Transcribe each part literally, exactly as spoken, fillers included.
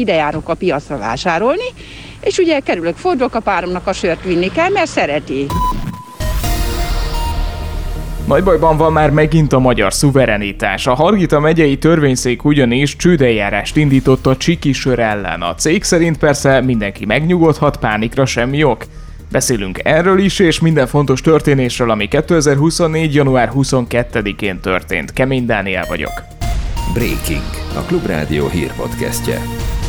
ide járok a piacra vásárolni, és ugye kerülök, fordulok, a páromnak a sört vinni kell, mert szereti. Nagy bajban van már megint a magyar szuverenitás. A Hargita megyei törvényszék ugyanis csődeljárást indított a Csiki sör ellen. A cég szerint persze mindenki megnyugodhat, pánikra semmi ok. Beszélünk erről is, és minden fontos történésről, ami kétezer-huszonnégy. január huszonkettedikén történt. Kemény Dániel vagyok. Breaking, a Klubrádió hírpodcastje.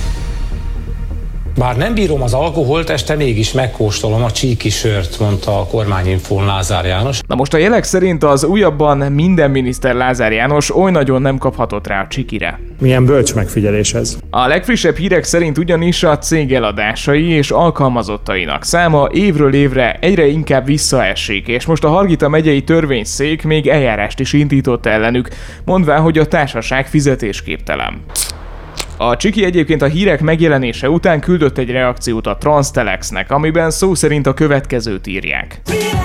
Bár nem bírom az alkoholt, este mégis megkóstolom a csíki sört, mondta a kormányinfón Lázár János. Na most a jelek szerint az újabban minden miniszter Lázár János oly nagyon nem kaphatott rá a csikire. Milyen bölcs megfigyelés ez. A legfrissebb hírek szerint ugyanis a cég eladásai és alkalmazottainak száma évről évre egyre inkább visszaesik, és most a Hargita megyei törvényszék még eljárást is indított ellenük, mondván, hogy a társaság fizetésképtelen. A Csiki egyébként a hírek megjelenése után küldött egy reakciót a Transtelexnek, amiben szó szerint a következőt írják.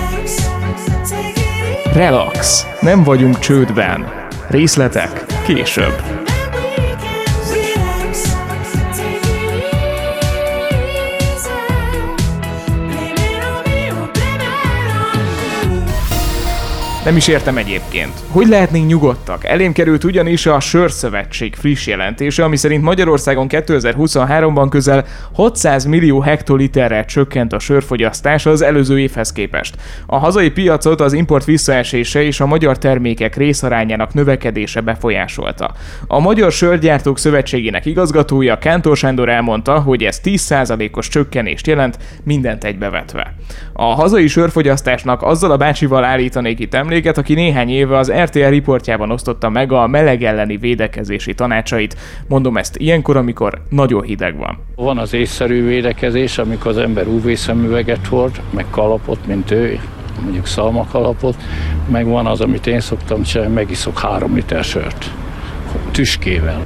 Relax, nem vagyunk csődben. Részletek később. Nem is értem egyébként. Hogy lehetnénk nyugodtak? Elém került ugyanis a Sörszövetség friss jelentése, ami szerint Magyarországon kétezer-huszonháromban közel hatszáz millió hektoliterrel csökkent a sörfogyasztás az előző évhez képest. A hazai piacot az import visszaesése és a magyar termékek részarányának növekedése befolyásolta. A Magyar Sörgyártók Szövetségének igazgatója, Kántor Sándor elmondta, hogy ez tíz százalékos csökkenést jelent, mindent egybevetve. A hazai sörfogyasztásnak azzal a bácsival állítanék itt emléket, aki néhány éve az er té el riportjában osztotta meg a meleg elleni védekezési tanácsait. Mondom ezt ilyenkor, amikor nagyon hideg van. Van az észszerű védekezés, amikor az ember ú vé szemüveget hord, meg kalapot, mint ő, mondjuk szalmakalapot, meg van az, amit én szoktam csinálni, megiszok három liter sört, tüskével.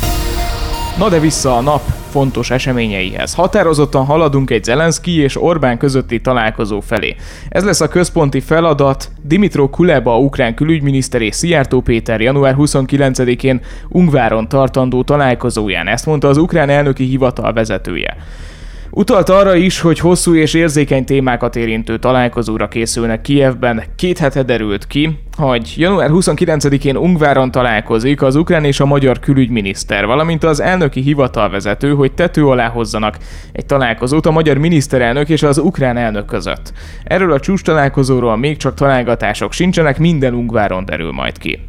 Na de vissza a nap fontos eseményeihez. Határozottan haladunk egy Zelenszkij és Orbán közötti találkozó felé. Ez lesz a központi feladat Dmytro Kuleba ukrán külügyminiszter és Szijjártó Péter január huszonkilencedikén Ungváron tartandó találkozóján. Ezt mondta az ukrán elnöki hivatal vezetője. Utalt arra is, hogy hosszú és érzékeny témákat érintő találkozóra készülnek Kijevben. Két hete derült ki, hogy január huszonkilencedikén Ungváron találkozik az ukrán és a magyar külügyminiszter, valamint az elnöki hivatalvezető, hogy tető alá hozzanak egy találkozót a magyar miniszterelnök és az ukrán elnök között. Erről a csúcs találkozóról még csak találgatások sincsenek, minden Ungváron derül majd ki.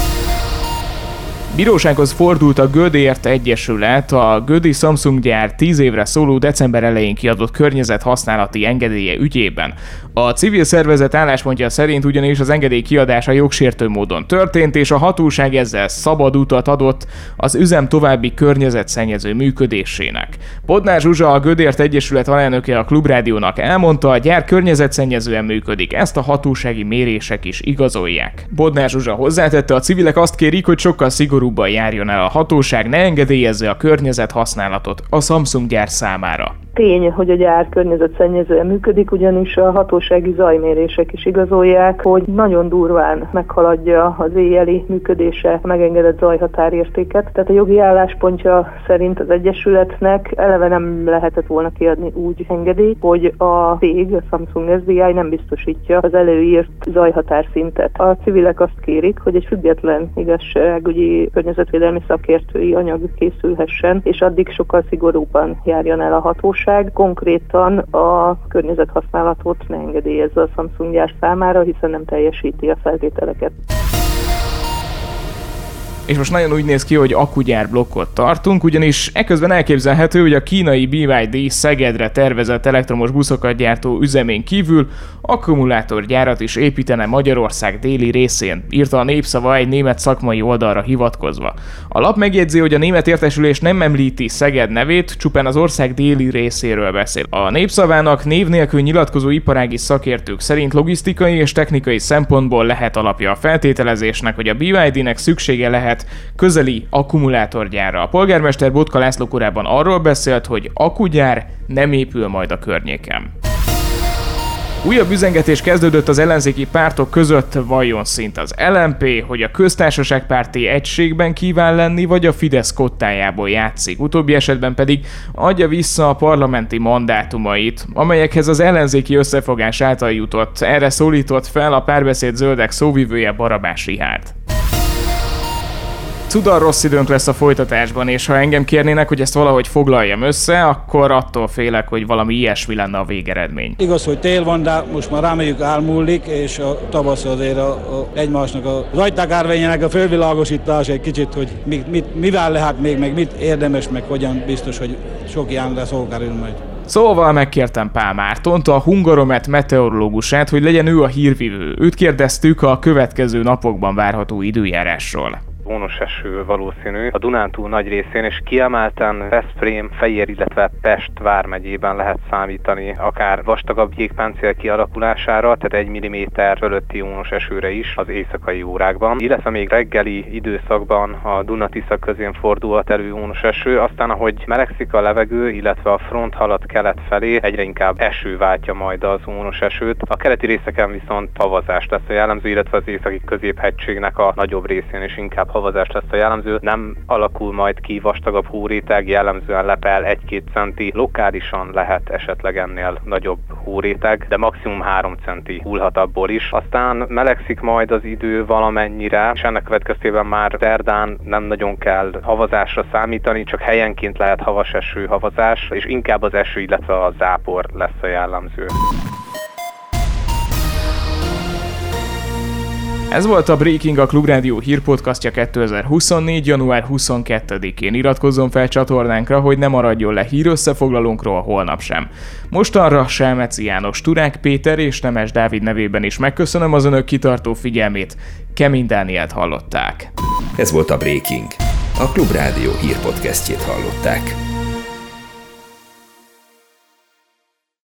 Bírósághoz fordult a Gödért Egyesület a Gödi Samsung gyár tíz évre szóló december elején kiadott környezethasználati engedélye ügyében. A civil szervezet álláspontja szerint ugyanis az engedély kiadása jogsértő módon történt, és a hatóság ezzel szabad utat adott az üzem további környezetszennyező működésének. Bodnár Zsuzsa, a Gödért Egyesület alelnöke a Klubrádiónak elmondta, a gyár környezetszennyezően működik, ezt a hatósági mérések is igazolják. Bodnár Zsuzsa hozzátette, a civilek azt kérik, hogy sokkal szigorúbban járjon el a hatóság, ne engedélyezze a környezethasználatot a Samsung gyár számára. Tény, hogy a gyár környezetszennyezően működik, ugyanis a hatósági zajmérések is igazolják, hogy nagyon durván meghaladja az éjjeli működése a megengedett zajhatárértéket. Tehát a jogi álláspontja szerint az Egyesületnek eleve nem lehetett volna kiadni úgy engedélyt, hogy a cég, a Samsung es dé i nem biztosítja az előírt zajhatárszintet. A civilek azt kérik, hogy egy független igazságügyi környezetvédelmi szakértői anyag készülhessen, és addig sokkal szigorúbban járjon el a hatóság. Konkrétan a környezethasználatot ne engedélyezze a Samsung gyár számára, hiszen nem teljesíti a feltételeket. És most nagyon úgy néz ki, hogy akkugyárblokkot tartunk, ugyanis eközben elképzelhető, hogy a kínai bé ipszilon dé Szegedre tervezett elektromos buszokat gyártó üzemén kívül akkumulátorgyárat is építene Magyarország déli részén, írta a Népszava egy német szakmai oldalra hivatkozva. A lap megjegyzi, hogy a német értesülés nem említi Szeged nevét, csupán az ország déli részéről beszél. A Népszavának név nélkül nyilatkozó iparági szakértők szerint logisztikai és technikai szempontból lehet alapja a feltételezésnek, hogy a bé ipszilon dé-nek szüksége lehet közeli akkumulátorgyárra. A polgármester Botka László korábban arról beszélt, hogy akkugyár nem épül majd a környéken. Újabb üzengetés kezdődött az ellenzéki pártok között, vajon szint az el em pé, hogy a köztársaságpárti egységben kíván lenni, vagy a Fidesz kottájából játszik. Utóbbi esetben pedig adja vissza a parlamenti mandátumait, amelyekhez az ellenzéki összefogás által jutott. Erre szólított fel a Párbeszéd Zöldek szóvivője Barabás Richárd. Cudan rossz időnk lesz a folytatásban, és ha engem kérnének, hogy ezt valahogy foglaljam össze, akkor attól félek, hogy valami ilyesmi lenne a végeredmény. Igaz, hogy tél van, de most már reméljük elmúlik, és a tavasz azért a, a egymásnak az ajtakárvényének a fölvilágosítás egy kicsit, hogy mit, mit, mivel lehet még, meg mit érdemes, meg hogyan biztos, hogy sok ilyen lesz kerül majd. Szóval megkértem Pál Mártont, a Hungaromet meteorológusát, hogy legyen ő a hírvivő. Őt kérdeztük a következő napokban várható időjárásról. Ónos eső valószínű a Dunántúl nagy részén, és kiemelten Veszprém, Fejér, illetve Pest vármegyében lehet számítani akár vastagabb jégpáncél kialakulására, tehát egy milliméter fölötti ónos esőre is az éjszakai órákban, illetve még reggeli időszakban a Duna-Tisza közén fordulhat elő ónos eső, aztán ahogy melegszik a levegő, illetve a front halad kelet felé, egyre inkább eső váltja majd az ónos esőt. A keleti részeken viszont havazás lesz a jellemző, illetve az északi középhegységnek a nagyobb részén is inkább havazás lesz a jellemző, nem alakul majd ki vastagabb hóréteg, jellemzően lepel egy-két centi, lokálisan lehet esetleg ennél nagyobb hóréteg, de maximum három centi hullhat abból is. Aztán melegszik majd az idő valamennyire, és ennek következtében már szerdán nem nagyon kell havazásra számítani, csak helyenként lehet havas eső, havazás, és inkább az eső, illetve a zápor lesz a jellemző. Ez volt a Breaking, a Klubrádió hírpodcastja kétezer-huszonnégy. január huszonkettedikén. Iratkozzon fel csatornánkra, hogy ne maradjon le hírösszefoglalónkról holnap sem. Mostanra Selmeci János, Turák Péter és Nemes Dávid nevében is megköszönöm az önök kitartó figyelmét. Kemény Dánielt hallották. Ez volt a Breaking. A Klubrádió hírpodcastjét hallották.